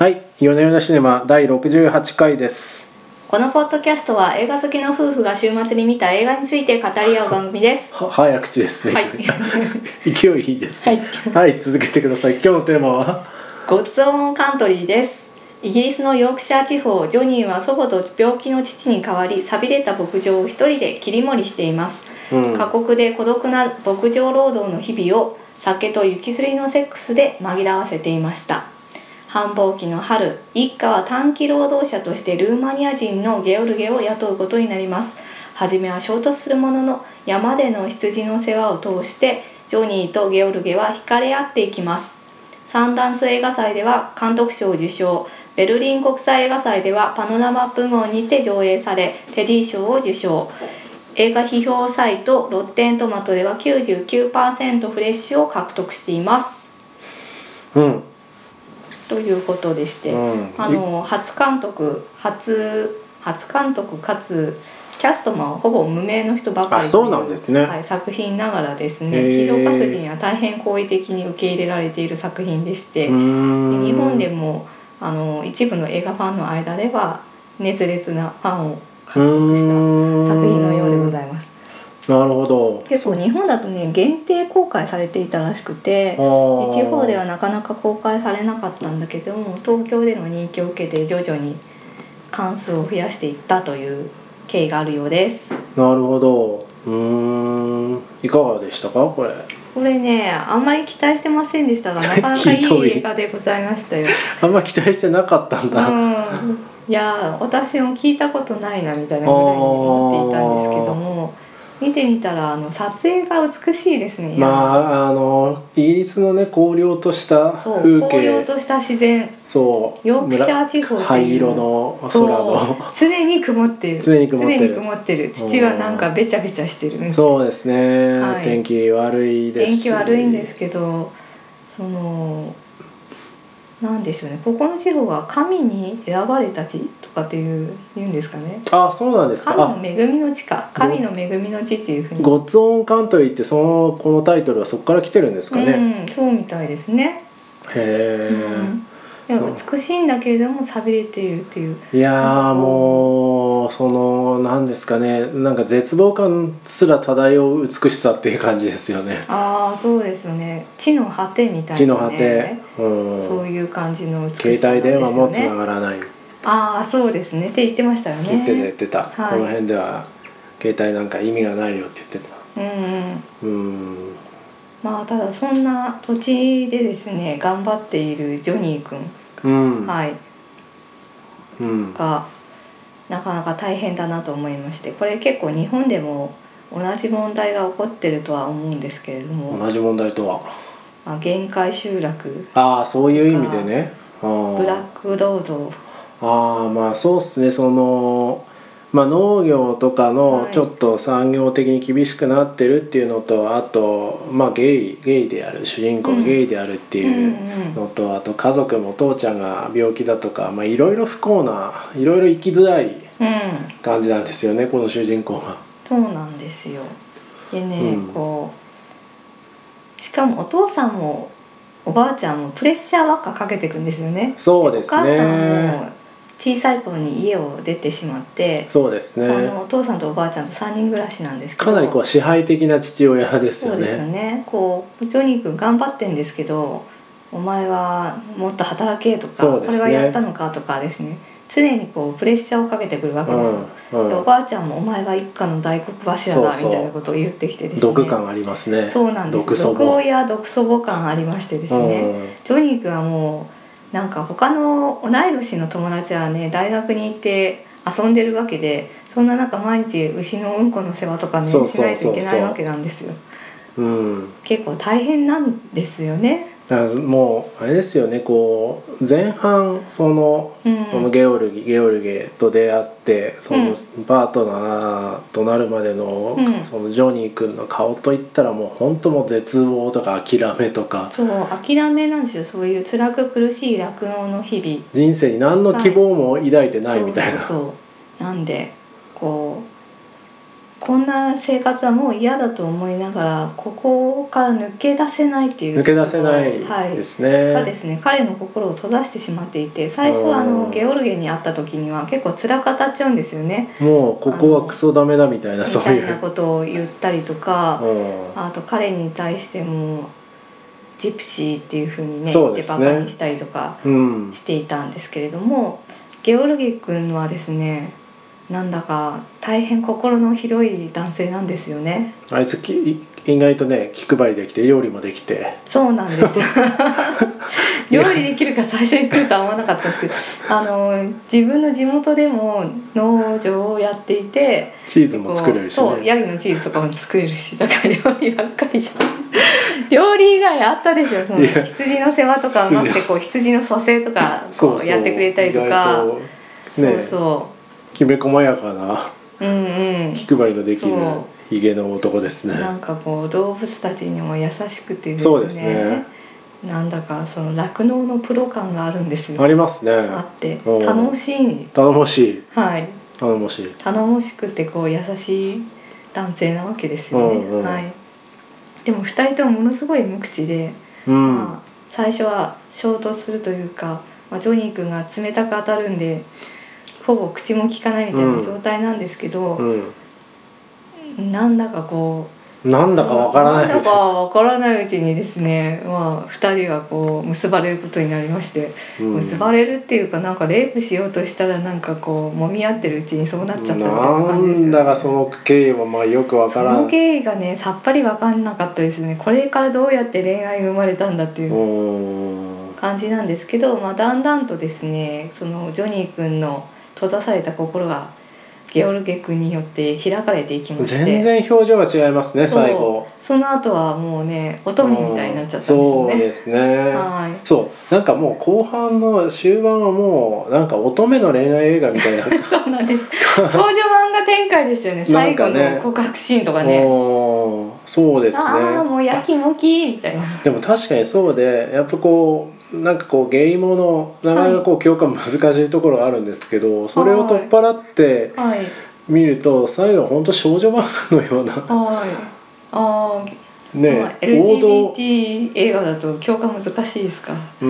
はい、夜な夜なシネマ第68回です。 このポッドキャストは映画好きの夫婦が週末に見た映画について語り合う番組です。 早口ですね。 はい勢いいいですね。はい、続けてください。今日のテーマはゴッツ・オン・カントリーです。イギリスのヨークシャー地方、ジョニーは祖母と病気の父に代わり寂れた牧場を一人で切り盛りしています。過酷で孤独な牧場労働の日々を酒と行きずりのセックスで紛らわせていました。繁忙期の春、一家は短期労働者としてルーマニア人のゲオルゲを雇うことになります。はじめは衝突するものの、山での羊の世話を通してジョニーとゲオルゲは惹かれ合っていきます。サンダンス映画祭では監督賞を受賞、ベルリン国際映画祭ではパノラマ部門にて上映されテディ賞を受賞。映画批評サイトロッテントマトでは 99% フレッシュを獲得しています。ということでして、初監督かつキャストもほぼ無名の人ばかりそうなんですね。 作品ながらですね、ヒーローカス人は大変好意的に受け入れられている作品でして、日本でも一部の映画ファンの間では熱烈なファンを獲得した作品のようでございます。 なるほど。 結構日本だとね限定公開されていたらしくて、地方ではなかなか公開されなかったんだけども、東京での人気を受けて徐々に関数を増やしていったという経緯があるようです。 なるほど。いかがでしたかこれ。 これね、あんまり期待してませんでしたが、なかなかいい映画でございましたよ。 あんま期待してなかったんだ。 いや私も聞いたことないなみたいなぐらいに思っていたんですけども、見てみたら撮影が美しいですね。 イギリスのね荒涼とした風景、 荒涼とした自然、ヨークシャー地方っていう灰色の空の常に曇ってる、常に曇ってる。土はなんかべちゃべちゃしてる。 そうですね、天気悪いですし、 天気悪いんですけど、なんでしょうね、ここの地方は神に選ばれた地とかって言うんですかね。 そうなんですか。 神の恵みの地か、神の恵みの地っていうふうに。 ゴッツ・オン・カントリーってこのタイトルはそこから来てるんですかね。 そうみたいですね。美しいんだけれども寂れているっていう。 いやもうなんですかね、なんか絶望感すら漂う美しさっていう感じですよね。 そうですよね。地の果てみたいなね。 地の果て、 そういう感じの美しさなんですよね。 携帯電話もつながらない。 そうですねって言ってましたよね。 言ってた、この辺では携帯なんか意味がないよって言ってた。 ただそんな土地でですね頑張っているジョニー君、がなかなか大変だなと思いまして、これ結構日本でも同じ問題が起こってるとは思うんですけれども。 同じ問題とは、 限界集落、 そういう意味でね、 ブラック労働、 そうですね、農業とかのちょっと産業的に厳しくなってるっていうのと、あとゲイである主人公がゲイであるっていうのと、あと家族も父ちゃんが病気だとか、いろいろ不幸な、いろいろ生きづらい感じなんですよね、この主人公が。 そうなんですよ。でね、しかもお父さんもおばあちゃんもプレッシャーばっかかけていくんですよね。 そうですね。 お母さんも小さい頃に家を出てしまって、 そうですね。 お父さんとおばあちゃんと3人暮らしなんですけど、 かなり支配的な父親ですよね。 そうですよね。ジョニー君頑張ってんですけど、お前はもっと働けとか、これはやったのかとかですね、常にプレッシャーをかけてくるわけですよ。でおばあちゃんもお前は一家の大黒柱だみたいなことを言ってきてですね、 毒感ありますね。 そうなんです。毒親毒祖母感ありましてですね、ジョニー君はもうなんか他の同い年の友達はね大学に行って遊んでるわけで、そんな中毎日牛のうんこの世話とかねしないといけないわけなんですよ。結構大変なんですよね。 もうあれですよね、前半このゲオルゲと出会って、パートナーとなるまでの、そのジョニー君の顔といったらもう本当もう絶望とか諦めとか、 諦めなんですよ。そういう辛く苦しい酪農の日々、 人生に何の希望も抱いてないみたいな。 なんでここんな生活はもう嫌だと思いながらここから抜け出せないっていう、 抜け出せないですね、 がですね、彼の心を閉ざしてしまっていて、最初はゲオルゲに会った時には結構辛く当たっちゃうんですよね。 もうここはクソダメだみたいな、そういうみたいなことを言ったりとか、あと彼に対してもジプシーっていう風にね言ってバカにしたりとかしていたんですけれども、ゲオルゲ君はですね、なんだか大変心の広い男性なんですよね。 あいつ意外とね気配りできて料理もできて。 そうなんですよ料理できるか最初に来るとは思わなかったんですけど、自分の地元でも農場をやっていてチーズも作れるしね。 そうヤギのチーズとかも作れるし、だから料理ばっかりじゃん料理以外あったでしょ。その羊の世話とかうまくてこう羊の蘇生とかこうやってくれたりとか、そうそうきめ細やかな気配りのできるひげの男ですね。 なんかこう動物たちにも優しくてですね、 そうですね、 なんだかその酪農のプロ感があるんですよ。 ありますね。 あって頼もしい、 頼もしい、 はい、 頼もしい、 頼もしくてこう優しい男性なわけですよね、はい。でも2人ともものすごい無口で、まあ、最初は衝突するというか、ジョニー君が冷たく当たるんでほぼ口も利かないみたいな状態なんですけど、なんだかこうなんだかわからないうちにですね、2人がこう結ばれることになりまして、結ばれるっていうかなんかレイプしようとしたらなんかこう揉み合ってるうちにそうなっちゃったみたいな感じですよね。 なんだかその経緯はよくわからん。 その経緯がねさっぱりわかんなかったですよね。これからどうやって恋愛が生まれたんだっていう感じなんですけど、だんだんとですね、そのジョニー君の閉ざされた心がゲオルゲ君によって開かれていきまして、 全然表情が違いますね。最後その後はもうね乙女みたいになっちゃったんですよね。 そうですね、そうなんかもう後半の終盤はもうなんか乙女の恋愛映画みたいなそうなんです少女漫画展開でしたよね最後の告白シーンとかね。 そうですね、 もうやきもきみたいな。 でも確かにそうで、やっぱこうなんかこうゲイモのなかなかこう共感難しいところがあるんですけど、それを取っ払って見ると最後は本当少女漫画のような、 ね、LGBT 映画だと共感難しいですか。こ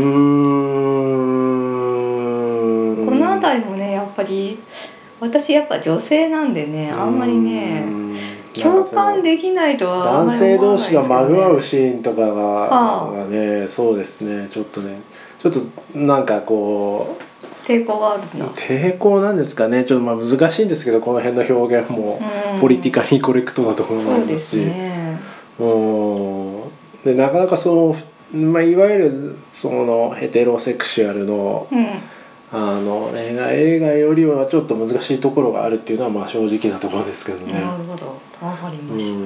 のあたりもねやっぱり私やっぱ女性なんでね、あんまりね共感できないとはあんまり思わないですけどね。 男性同士がまぐわうシーンとかがね、そうですね、ちょっとなんかこう抵抗があるな。 抵抗なんですかね。ちょっと難しいんですけど、この辺の表現もポリティカリーコレクトなところもありますし、でなかなかその、いわゆるそのヘテロセクシュアルの、恋愛映画よりはちょっと難しいところがあるっていうのは正直なところですけどね。 なるほど、わかりました。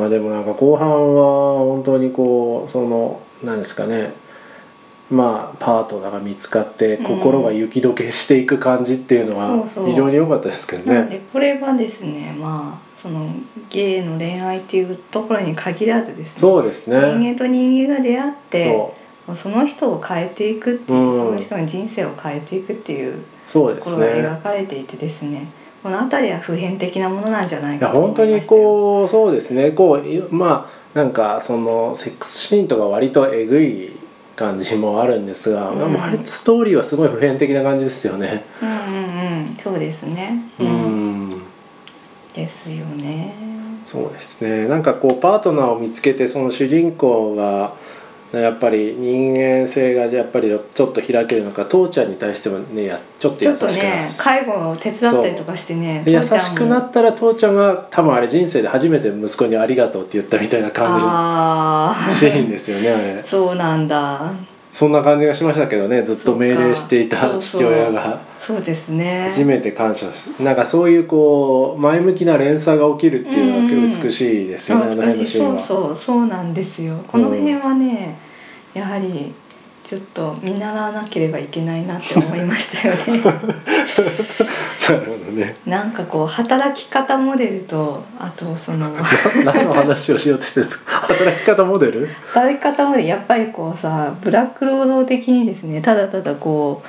でもなんか後半は本当にこうその何ですかね、パートナーが見つかって心が雪解けしていく感じっていうのは非常に良かったですけどね。 なんでこれはですね、そのゲイの恋愛っていうところに限らずですね、 そうですね、 人間と人間が出会ってその人を変えていくっていう、その人の人生を変えていくっていうところが描かれていてですね、この辺りは普遍的なものなんじゃないかと思いましたよ。 本当にこうそうですね、こうなんかそのセックスシーンとか割とえぐい感じもあるんですが、ストーリーはすごい普遍的な感じですよね。 そうですね。ですよね。 そうですね。なんかこうパートナーを見つけて、その主人公がやっぱり人間性がやっぱりちょっと開けるのか、父ちゃんに対してもねちょっと優しくなる、 介護を手伝ったりとかしてね、 優しくなったら父ちゃんが多分あれ人生で初めて息子にありがとうって言ったみたいな感じシーンですよね、あれ。 そうなんだ。 そんな感じがしましたけどね、ずっと命令していた父親がそうですね、 初めて感謝して、なんかそういうこう前向きな連鎖が起きるっていうのは結構美しいですよね、あの辺のシーンは。 そうなんですよ。この辺はね、やはりちょっと見習わなければいけないなって思いましたよね。 なるほどね。 なんかこう働き方モデルと、あとその何の話をしようとしてるんですか。働き方モデルやっぱりこうさ、ブラック労働的にですね、ただただこう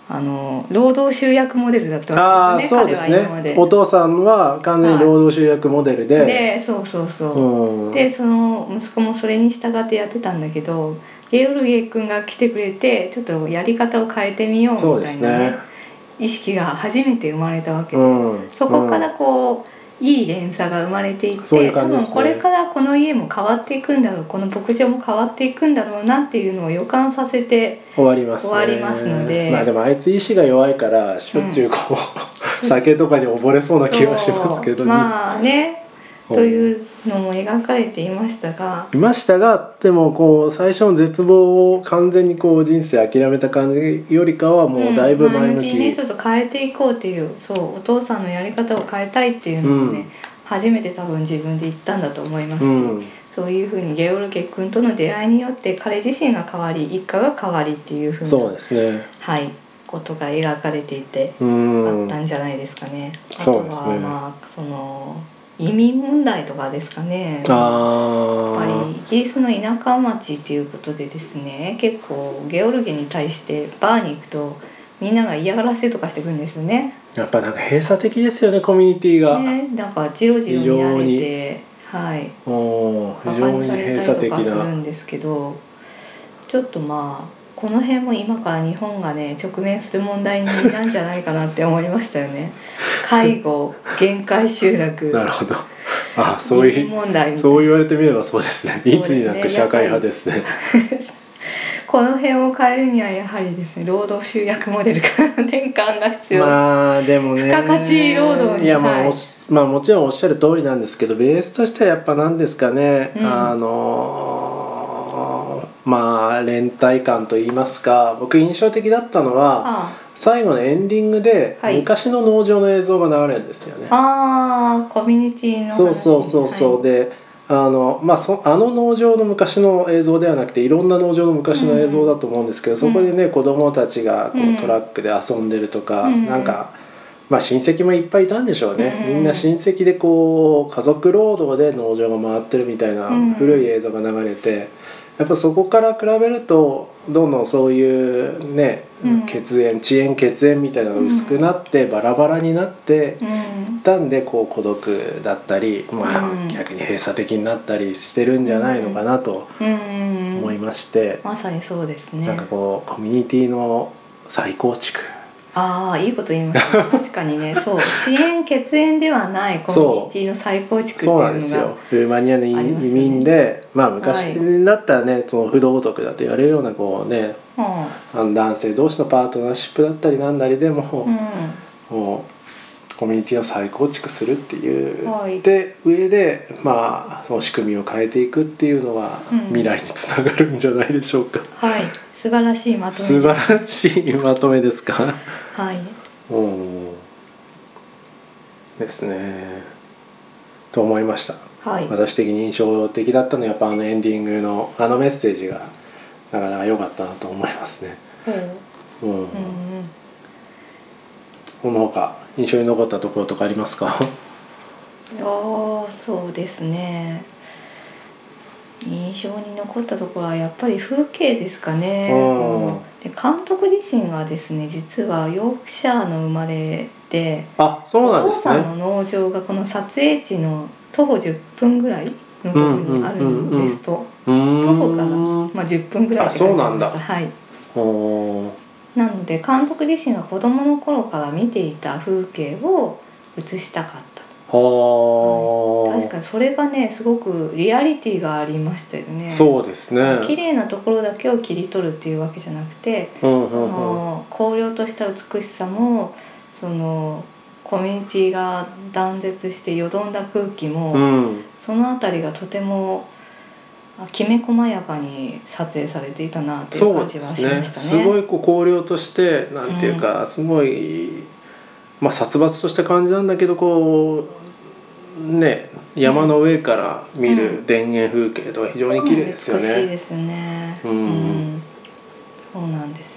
労働集約モデルだったわけですよね。 そうですね。お父さんは完全に労働集約モデルで、 でそう、でその息子もそれに従ってやってたんだけど、ゲオルゲ君が来てくれてちょっとやり方を変えてみようみたいなね、意識が初めて生まれたわけで、そこからこういい連鎖が生まれていって、多分これからこの家も変わっていくんだろう、この牧場も変わっていくんだろうなっていうのを予感させて終わりますので、 まあでもあいつ意志が弱いからしょっちゅうこう、酒とかに溺れそうな気はしますけど、 まあねというのも描かれていましたが、 でもこう最初の絶望を完全にこう人生諦めた感じよりかはもうだいぶ前向きにね、ちょっと変えていこうっていう、そうお父さんのやり方を変えたいっていうのをね、初めて多分自分で言ったんだと思いますし、そういうふうにゲオルゲ君との出会いによって彼自身が変わり一家が変わりっていうふうな、 そうですね、 ことが描かれていてあったんじゃないですかね。あとはまあその移民問題とかですかね。やっぱりイギリスの田舎町っていうことでですね、結構ゲオルゲに対してバーに行くとみんなが嫌がらせとかしてくるんですよね。 やっぱなんか閉鎖的ですよね、コミュニティが。 ね、なんかジロジロ見られて、バカにされたりとかするんですけど、ちょっとまあこの辺も今から日本がね直面する問題なんじゃないかなって思いましたよね。介護、限界集落、 なるほど。そういう問題、そう言われてみればそうですね。いつになく社会派ですね。 この辺を変えるにはやはりですね、労働集約モデルから転換が必要。 まあでもね、 付加価値労働に、 いやまあもちろんおっしゃる通りなんですけど、ベースとしてはやっぱ何ですかね、まあ連帯感といいますか、僕印象的だったのは最後のエンディングで昔の農場の映像が流れるんですよね。 コミュニティの話。 そうで、あの農場の昔の映像ではなくていろんな農場の昔の映像だと思うんですけど、そこでね子供たちがこうトラックで遊んでるとか、なんかまあ親戚もいっぱいいたんでしょうね。みんな親戚でこう家族労働で農場が回ってるみたいな古い映像が流れて、やっぱそこから比べるとどんどんそういうね、遅延血縁みたいなのが薄くなってバラバラになってたんで、こう孤独だったり、逆に閉鎖的になったりしてるんじゃないのかなと思いまして、 まさにそうですね。 なんかこうコミュニティの再構築、 いいこと言いますね。確かにね、そう血縁ではないコミュニティの再構築っていうのが、そうなんですよ。 ルーマニアの移民で、昔だったらね、その不道徳だと言われるようなこうね、男性同士のパートナーシップだったりなんなりでも、もうコミュニティを再構築するっていう、で上でまあその仕組みを変えていくっていうのは未来につながるんじゃないでしょうか。 素晴らしいまとめ。 素晴らしいまとめですか。ですね。と思いました。私的に印象的だったのはやっぱエンディングのメッセージがなかなか良かったなと思いますね。この他印象に残ったところとかありますか？ そうですね。印象に残ったところはやっぱり風景ですかね。で監督自身がですね、実はヨークシャーの生まれで、 そうなんですね。 お父さんの農場がこの撮影地の徒歩10分ぐらいのところにあるんですと。徒歩から、10分ぐらいって書いてありました。なので監督自身が子供の頃から見ていた風景を映したかった。確かにそれがねすごくリアリティがありましたよね。 そうですね。 綺麗なところだけを切り取るっていうわけじゃなくて、その荒涼とした美しさも、そのコミュニティが断絶してよどんだ空気も、そのあたりがとてもきめ細やかに撮影されていたなという感じはしましたね。 すごいこう荒涼としてなんていうか、すごい殺伐とした感じなんだけど、こうね、山の上から見る田園風景とか非常に綺麗ですよね。 美しいですね。そうなんです。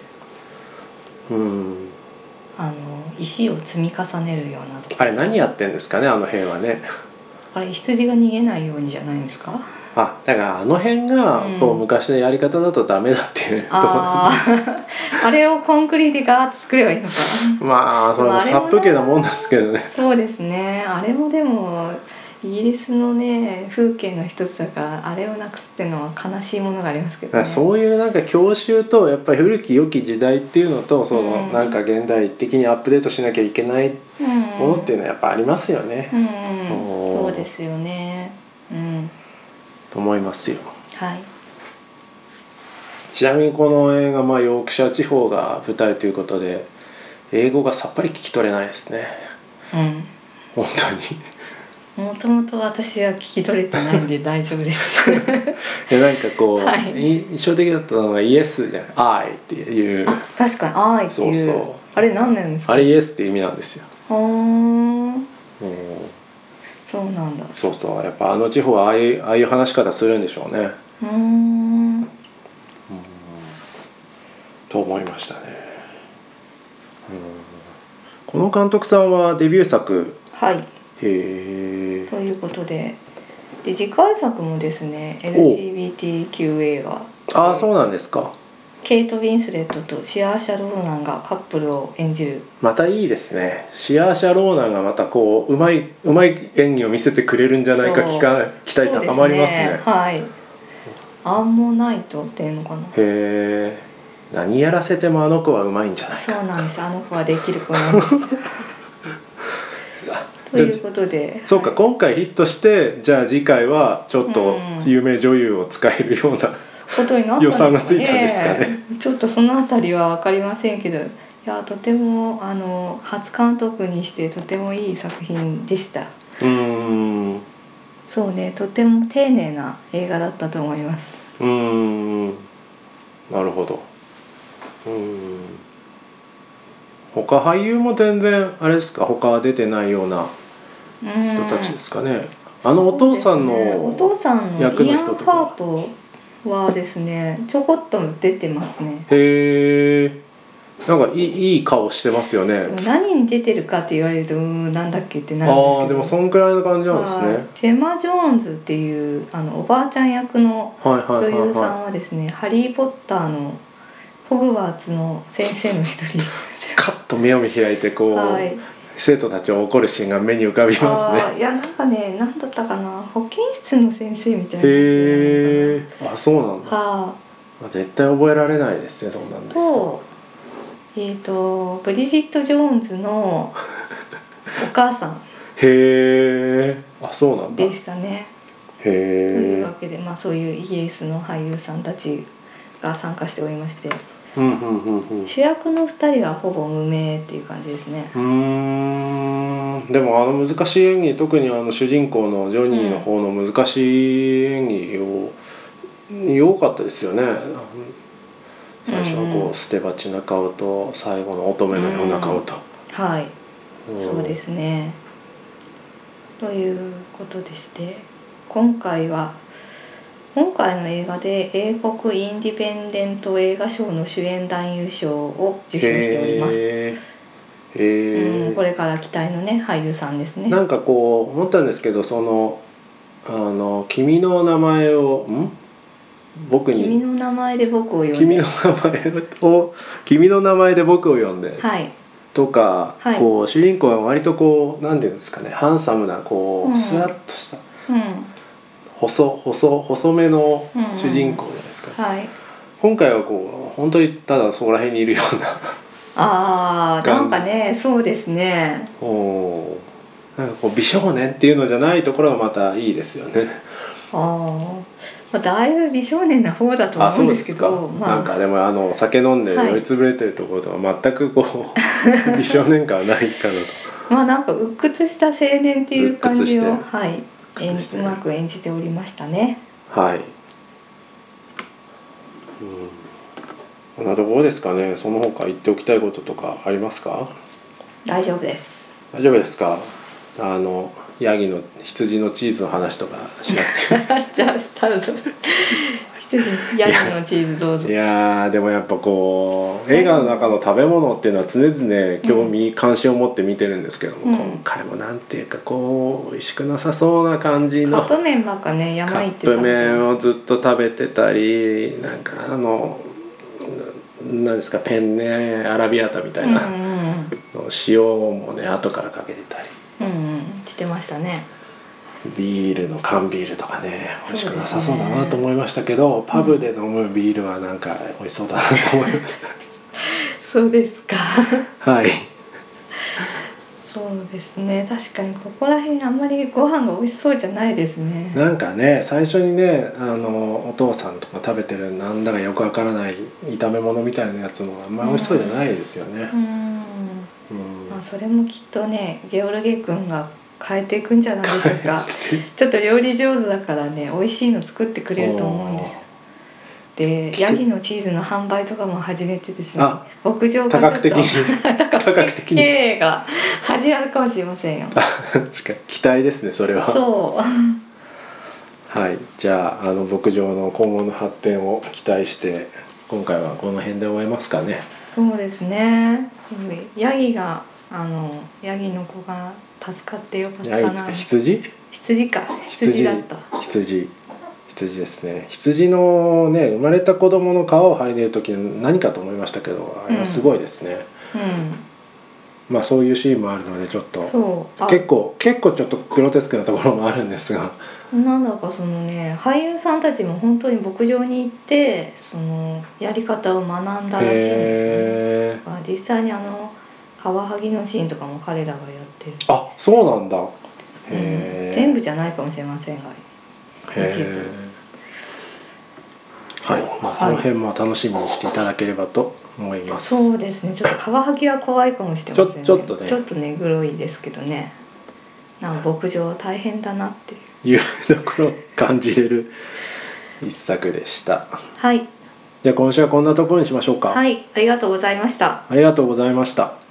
石を積み重ねるような。 あれ何やってんですかね、あの辺はね。 あれ羊が逃げないようにじゃないんですか。 だからあの辺がこう昔のやり方だとダメだっていうところあれをコンクリでガーッと作ればいいのかな。 まあそれも殺風景なもんですけどね。 そうですね。あれもでもイギリスのね風景の一つだからあれをなくすっていうのは悲しいものがありますけどね。 そういうなんか郷愁とやっぱり古き良き時代っていうのとそのなんか現代的にアップデートしなきゃいけないものっていうのはやっぱありますよね。 そうですよね。 と思いますよ。 はい。 ちなみにこの映画ヨークシャー地方が舞台ということで英語がさっぱり聞き取れないですね。本当に。 もともと私は聞き取れてないんで大丈夫です。 なんかこう、印象的だったのがイエスじゃない、アイっていう。 確かにアイっていう。そうあれ何なんですか。 あれイエスっていう意味なんですよ。 そうなんだ。 そうやっぱあの地方はああいう話し方するんでしょうね。と思いましたね。この監督さんはデビュー作。 はい。ということで次回作もですね LGBTQ 映画。 そうなんですか。 ケイト・ウィンスレットとシアーシャ・ローナンがカップルを演じる。 またいいですね。シアーシャ・ローナンがまたこううまい演技を見せてくれるんじゃないか期待高まりますね。 はい。アンモナイトっていうのかな。 何やらせてもあの子はうまいんじゃないか。 そうなんです。あの子はできる子なんです。ということで。 そうか、今回ヒットしてじゃあ次回はちょっと有名女優を使えるような。 ことになったんですかね。 予算がついたんですかね。 ちょっとそのあたりは分かりませんけど、いやとても初監督にしてとてもいい作品でした。そうね、とても丁寧な映画だったと思います。 なるほど。他俳優も全然あれですか、他出てないような人たちですかね。お父さんの役の人とか。 はですね、ちょこっと出てますね。 なんかいい顔してますよね。 何に出てるかって言われるとなんだっけってなるんですけど。 でもそんくらいの感じなんですね。 ジェマ・ジョーンズっていうおばあちゃん役の女優さんはですね、ハリー・ポッターのホグワーツの先生の一人。 カッと目を見開いてこう、生徒たちを怒るシーンが目に浮かびますね。 いやなんかね、なんだったかな、保健室の先生みたいなやつ。 そうなんだ。絶対覚えられないですね、そうなんですと。 ブリジット・ジョーンズのお母さん。 そうなんだ。 でしたね。というわけで、そういうイギリスの俳優さんたちが参加しておりまして。主役の2人はほぼ無名っていう感じですね。 でも難しい演技、特に主人公のジョニーの方の難しい演技を良かったですよね。最初はこう捨て鉢な顔と最後の乙女のような顔と。はい、 そうですね。ということでして、今回の映画で英国インディペンデント映画賞の主演男優賞を受賞しております。これから期待のね俳優さんですね。 なんかこう思ったんですけど、君の名前を君の名前で僕を呼んで、 君の名前で僕を呼んで、とか、こう主人公は割とこうなんていうんですかね、ハンサムなこうスラッとした、細めの主人公じゃないですか。今回はこう本当にただそこら辺にいるようななんかね、そうですね。 なんかこう美少年っていうのじゃないところがまたいいですよね。 だいぶ美少年な方だと思うんですけど、 なんかでも酒飲んで酔いつぶれてるところとは全くこう美少年感はないかなと。なんか鬱屈した青年っていう感じをうまく演じておりましたね。 こんなところですかね。その他言っておきたいこととかありますか？ 大丈夫です。 大丈夫ですか？羊のチーズの話とかしなくてじゃあスタート羊ヤギのチーズどうぞ。 いやでもやっぱこう映画の中の食べ物っていうのは常々興味、関心を持って見てるんですけども、今回もなんていうかこう美味しくなさそうな感じのカップ麺ばっかね山行ってカップ麺をずっと食べてたり、なんか何ですかペンネアラビアータみたいな、塩もね後からかけてたり、 してましたね。 ビールの缶ビールとかね美味しくなさそうだなと思いましたけど、パブで飲むビールはなんか美味しそうだなと思いましたそうですかはいそうですね、確かにここら辺あんまりご飯が美味しそうじゃないですね。 なんかね最初にねお父さんとか食べてるなんだかよくわからない炒め物みたいなやつもあんまり美味しそうじゃないですよね。 まあ、それもきっとねゲオルゲ君が変えていくんじゃないでしょうかちょっと料理上手だからね美味しいの作ってくれると思うんです。でヤギのチーズの販売とかも始めてですね、牧場がちょっと多角的に経営が始まるかもしれませんよ確かに期待ですねそれは。 そうはいじゃあ牧場の今後の発展を期待して今回はこの辺で終えますかね。 そうですね。ヤギがヤギの子が助かってよかったな。 羊か羊だった。 羊ですね。羊のね生まれた子供の皮を剥いでる時何かと思いましたけど、あれはすごいですね。まあそういうシーンもあるのでちょっと結構ちょっとグロテスクなところもあるんですが、 なんだかそのね俳優さんたちも本当に牧場に行ってそのやり方を学んだらしいんですよね。実際に皮剥ぎのシーンとかも彼らがやってる。 あ、そうなんだ。 全部じゃないかもしれませんが一部。 はい、まあその辺も楽しみにしていただければと思います。 そうですね。ちょっと皮剥ぎは怖いかもしれませんね。ちょっとねグロいですけどね。牧場大変だなっていうところを感じれる一作でした。 はい。 じゃあ今週はこんなところにしましょうか。 はい、ありがとうございました。 ありがとうございました。